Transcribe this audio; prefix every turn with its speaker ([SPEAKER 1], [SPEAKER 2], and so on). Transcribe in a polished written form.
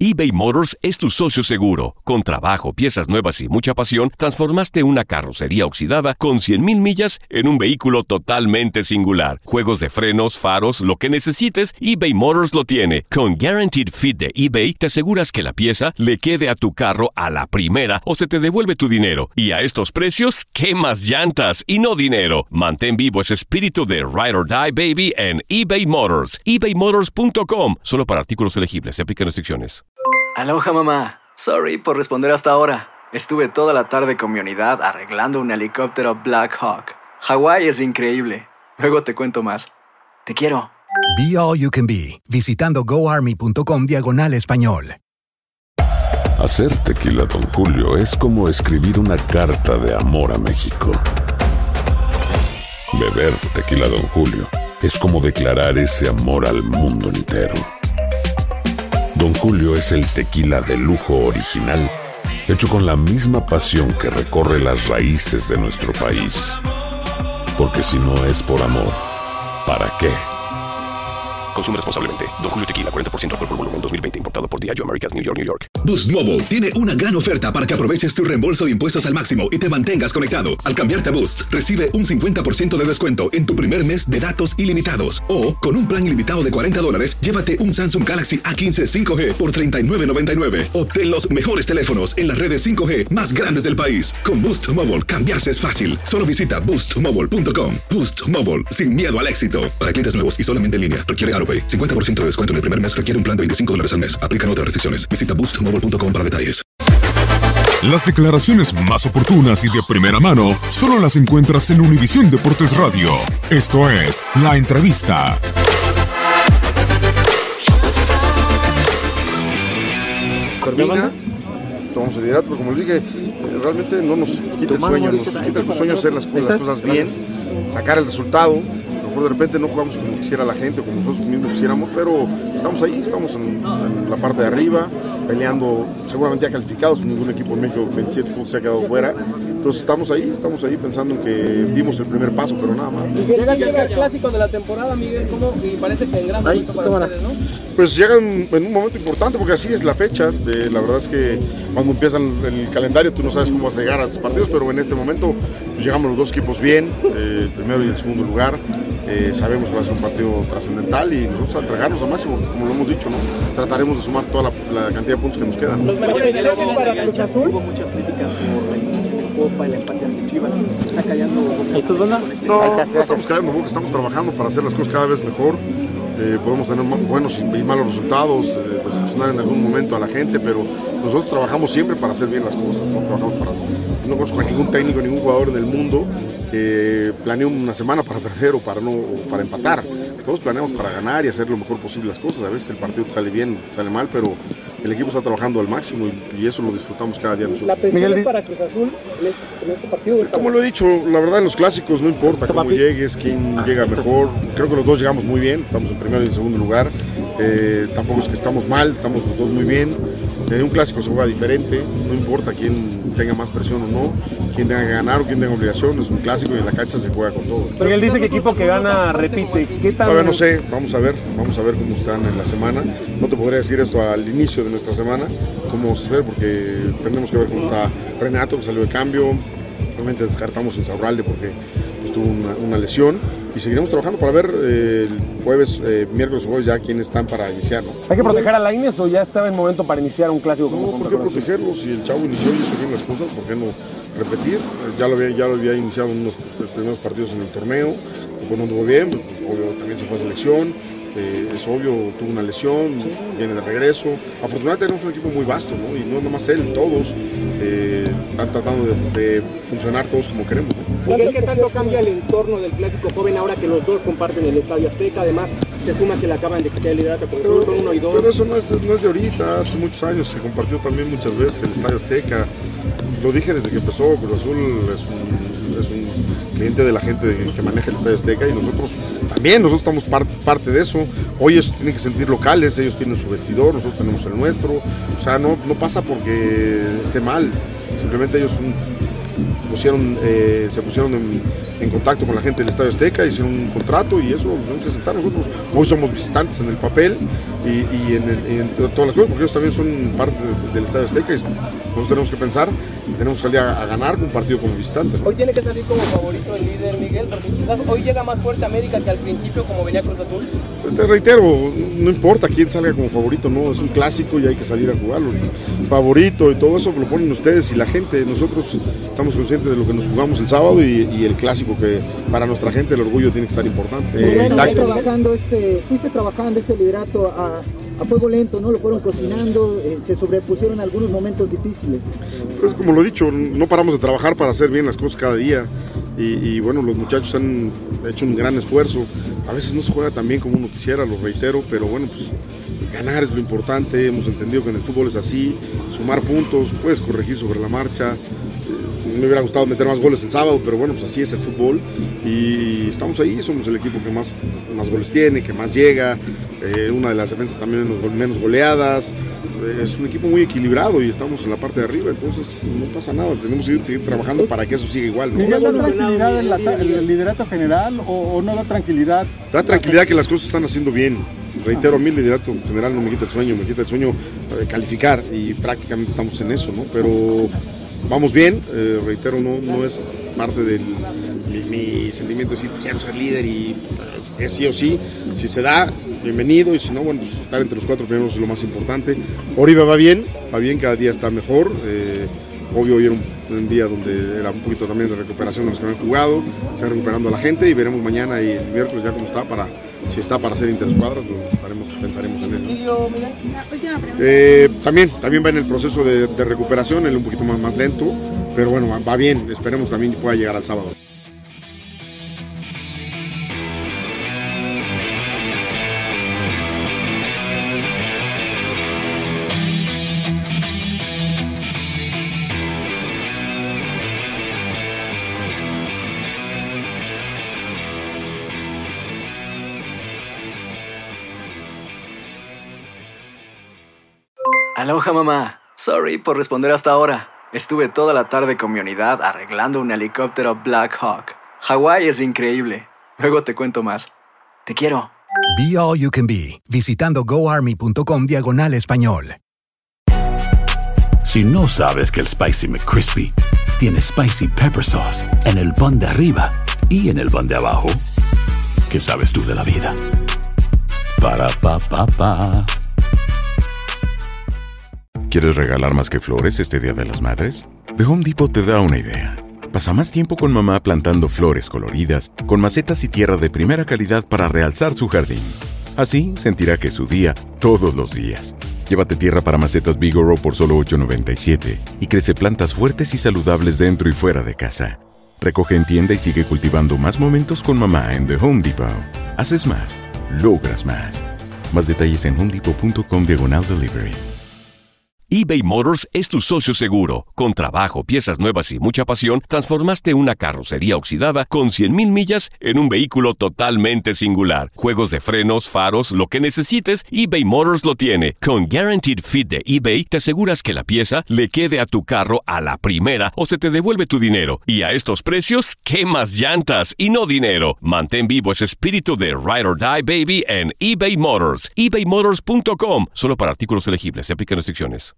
[SPEAKER 1] eBay Motors es tu socio seguro. Con trabajo, piezas nuevas y mucha pasión, transformaste una carrocería oxidada con 100,000 millas en un vehículo totalmente singular. Juegos de frenos, faros, lo que necesites, eBay Motors lo tiene. Con Guaranteed Fit de eBay, te aseguras que la pieza le quede a tu carro a la primera o se te devuelve tu dinero. Y a estos precios, ¿qué más llantas y no dinero? Mantén vivo ese espíritu de Ride or Die, baby, en eBay Motors. ebaymotors.com. Solo para artículos elegibles. Se aplican restricciones.
[SPEAKER 2] Aloha, mamá. Sorry por responder hasta ahora. Estuve toda la tarde con mi unidad arreglando un helicóptero Black Hawk. Hawái es increíble. Luego te cuento más. Te quiero.
[SPEAKER 3] Be All You Can Be, visitando goarmy.com/español.
[SPEAKER 4] Hacer tequila Don Julio es como escribir una carta de amor a México. Beber tequila Don Julio es como declarar ese amor al mundo entero. Don Julio es el tequila de lujo original, hecho con la misma pasión que recorre las raíces de nuestro país. Porque si no es por amor, ¿para qué?
[SPEAKER 1] Consume responsablemente. Don Julio Tequila, 40% alcohol por volumen, 2020. Importado por Diageo Americas, New York, New York.
[SPEAKER 5] Boost Mobile tiene una gran oferta para que aproveches tu reembolso de impuestos al máximo y te mantengas conectado. Al cambiarte a Boost, recibe un 50% de descuento en tu primer mes de datos ilimitados. O, con un plan ilimitado de $40, llévate un Samsung Galaxy A15 5G por $39.99. Obtén los mejores teléfonos en las redes 5G más grandes del país. Con Boost Mobile, cambiarse es fácil. Solo visita boostmobile.com. Boost Mobile, sin miedo al éxito. Para clientes nuevos y solamente en línea, requiere AroPay. 50% de descuento en el primer mes requiere un plan de $25 al mes. Aplican otras restricciones. Visita boostmobile.com para detalles.
[SPEAKER 6] Las declaraciones más oportunas y de primera mano solo las encuentras en Univisión Deportes Radio. Esto es La Entrevista.
[SPEAKER 7] Termina, tomamos seriedad, pero como les dije, realmente no nos quita el sueño, nos quita el sueño hacer las cosas bien, sacar el resultado. De repente no jugamos como quisiera la gente, como nosotros mismos quisiéramos, pero estamos ahí, estamos en la parte de arriba, peleando, seguramente ya calificados, ningún equipo en México 27 puntos se ha quedado fuera, entonces estamos ahí pensando en que dimos el primer paso, pero nada más.
[SPEAKER 8] Llega el clásico de la temporada, Miguel, ¿cómo? Y parece que en gran momento para ustedes, ¿no?
[SPEAKER 7] Pues llega en un momento importante, porque así es la fecha, la verdad es que cuando empieza el calendario tú no sabes cómo vas a llegar a tus partidos, pero en este momento pues, llegamos los dos equipos bien, el primero y el segundo lugar. Sabemos que va a ser un partido trascendental y nosotros a entregarnos al máximo, como lo hemos dicho, ¿no? Trataremos de sumar toda la cantidad de puntos que nos quedan.
[SPEAKER 8] Los mejores equipos para Cruz Azul.
[SPEAKER 9] Hubo muchas críticas por la eliminación de Copa, el empate ante Chivas. ¿Está callando boca?
[SPEAKER 7] ¿Esto es banda? No estamos callando boca, estamos trabajando para hacer las cosas cada vez mejor. Podemos tener buenos y malos resultados, decepcionar en algún momento a la gente, pero nosotros trabajamos siempre para hacer bien las cosas, no conozco a ningún técnico, ningún jugador en el mundo que planee una semana para perder o para empatar. Todos planeamos para ganar y hacer lo mejor posible las cosas. A veces el partido sale bien, sale mal, pero el equipo está trabajando al máximo y eso lo disfrutamos cada día nosotros.
[SPEAKER 8] ¿La presión es para Cruz Azul en este partido?
[SPEAKER 7] Como lo he dicho, la verdad en los clásicos no importa cómo llegues, quién llega mejor. Creo que los dos llegamos muy bien, estamos en primero y en segundo lugar. Tampoco es que estamos mal, estamos los dos muy bien. Un clásico se juega diferente, no importa quién tenga más presión o no, quién tenga que ganar o quién tenga obligación, es un clásico y en la cancha se juega con todo.
[SPEAKER 8] Pero él dice que equipo que gana repite. ¿Qué tal?
[SPEAKER 7] Todavía no sé, vamos a ver cómo están en la semana. No te podría decir esto al inicio de nuestra semana, cómo sucede, porque tendremos que ver cómo está Renato, que salió de cambio. Realmente descartamos Insaurralde porque pues, tuvo una lesión y seguiremos trabajando para ver el jueves, miércoles o jueves ya quiénes están para iniciar, ¿no?
[SPEAKER 8] ¿Hay que proteger a Lainez o ya estaba en momento para iniciar un clásico?
[SPEAKER 7] No, ¿por qué protegerlo? Si el chavo inició y hizo bien las cosas, ¿por qué no repetir? Ya lo había iniciado en unos primeros partidos en el torneo, después no anduvo bien, obvio, también se fue a selección. Es obvio, tuvo una lesión, viene de regreso. Afortunadamente tenemos un equipo muy vasto, ¿no? Y no nomás él, todos están tratando de funcionar todos como queremos, ¿no?
[SPEAKER 8] ¿Qué tanto cambia el entorno del clásico joven ahora que los dos comparten el Estadio Azteca? Además, se suma que le acaban de quitar el liderato con el son 1 y 2.
[SPEAKER 7] Pero eso no es de ahorita, hace muchos años se compartió también muchas veces el Estadio Azteca. Lo dije desde que empezó, Cruz Azul es un cliente de la gente que maneja el Estadio Azteca y nosotros también, nosotros estamos parte de eso. Hoy ellos tienen que sentir locales, ellos tienen su vestidor, nosotros tenemos el nuestro. O sea, no pasa porque esté mal, simplemente ellos se pusieron en contacto con la gente del Estadio Azteca, hicieron un contrato y eso lo tenemos que aceptar nosotros. Hoy somos visitantes en el papel y en todas las cosas, porque ellos también son parte del Estadio Azteca y nosotros tenemos que pensar y tenemos que salir a ganar un partido como visitante, ¿no?
[SPEAKER 8] Hoy tiene que salir como favorito el líder, Miguel, porque quizás hoy llega más fuerte América que al principio como venía Cruz Azul.
[SPEAKER 7] Te reitero, no importa quién salga como favorito, no, es un clásico y hay que salir a jugarlo. Favorito y todo eso lo ponen ustedes y la gente. Nosotros estamos conscientes de lo que nos jugamos el sábado y el clásico, que para nuestra gente el orgullo tiene que estar importante.
[SPEAKER 10] Fuiste trabajando este liderato a fuego lento, ¿no? Lo fueron cocinando, se sobrepusieron algunos momentos difíciles.
[SPEAKER 7] Pues como lo he dicho, no paramos de trabajar para hacer bien las cosas cada día y bueno, los muchachos han hecho un gran esfuerzo. A veces no se juega tan bien como uno quisiera, lo reitero, pero bueno, pues ganar es lo importante. Hemos entendido que en el fútbol es así, sumar puntos, puedes corregir sobre la marcha. Me hubiera gustado meter más goles el sábado, pero bueno, pues así es el fútbol y estamos ahí, somos el equipo que más goles tiene, que más llega, una de las defensas también menos goleadas, es un equipo muy equilibrado y estamos en la parte de arriba, entonces no pasa nada, tenemos que seguir trabajando para que eso siga igual, ¿no?
[SPEAKER 11] ¿Da tranquilidad el liderato general o no da tranquilidad?
[SPEAKER 7] Da tranquilidad que las cosas están haciendo bien. Reitero, a mí el liderato general no me quita el sueño, me quita el sueño de calificar y prácticamente estamos en eso, ¿no? Pero vamos bien, reitero, no es parte de mi sentimiento de decir quiero ser líder y es sí o sí. Si se da, bienvenido, y si no, bueno, pues estar entre los 4 primeros es lo más importante. Oribe va bien, cada día está mejor. Obvio, hoy era un día donde era un poquito también de recuperación de los que no han jugado, se va recuperando a la gente y veremos mañana y el miércoles ya cómo está, si está para ser interescuadras, pensaremos en eso. También va en el proceso de recuperación, él un poquito más lento, pero bueno, va bien, esperemos también pueda llegar al sábado.
[SPEAKER 2] Aloha, mamá. Sorry por responder hasta ahora. Estuve toda la tarde con mi unidad arreglando un helicóptero Black Hawk. Hawái es increíble. Luego te cuento más. Te quiero.
[SPEAKER 3] Be All You Can Be, visitando goarmy.com/español.
[SPEAKER 12] Si no sabes que el Spicy McCrispy tiene Spicy Pepper Sauce en el pan de arriba y en el pan de abajo, ¿qué sabes tú de la vida? Para, pa, pa, pa.
[SPEAKER 13] ¿Quieres regalar más que flores este Día de las Madres? The Home Depot te da una idea. Pasa más tiempo con mamá plantando flores coloridas, con macetas y tierra de primera calidad para realzar su jardín. Así sentirá que es su día todos los días. Llévate tierra para macetas Bigoro por solo $8.97 y crece plantas fuertes y saludables dentro y fuera de casa. Recoge en tienda y sigue cultivando más momentos con mamá en The Home Depot. Haces más, logras más. Más detalles en homedepot.com/delivery.
[SPEAKER 1] eBay Motors es tu socio seguro. Con trabajo, piezas nuevas y mucha pasión, transformaste una carrocería oxidada con 100,000 millas en un vehículo totalmente singular. Juegos de frenos, faros, lo que necesites, eBay Motors lo tiene. Con Guaranteed Fit de eBay, te aseguras que la pieza le quede a tu carro a la primera o se te devuelve tu dinero. Y a estos precios, ¿qué más llantas y no dinero? Mantén vivo ese espíritu de Ride or Die, baby, en eBay Motors. ebaymotors.com. Solo para artículos elegibles. Se aplican restricciones.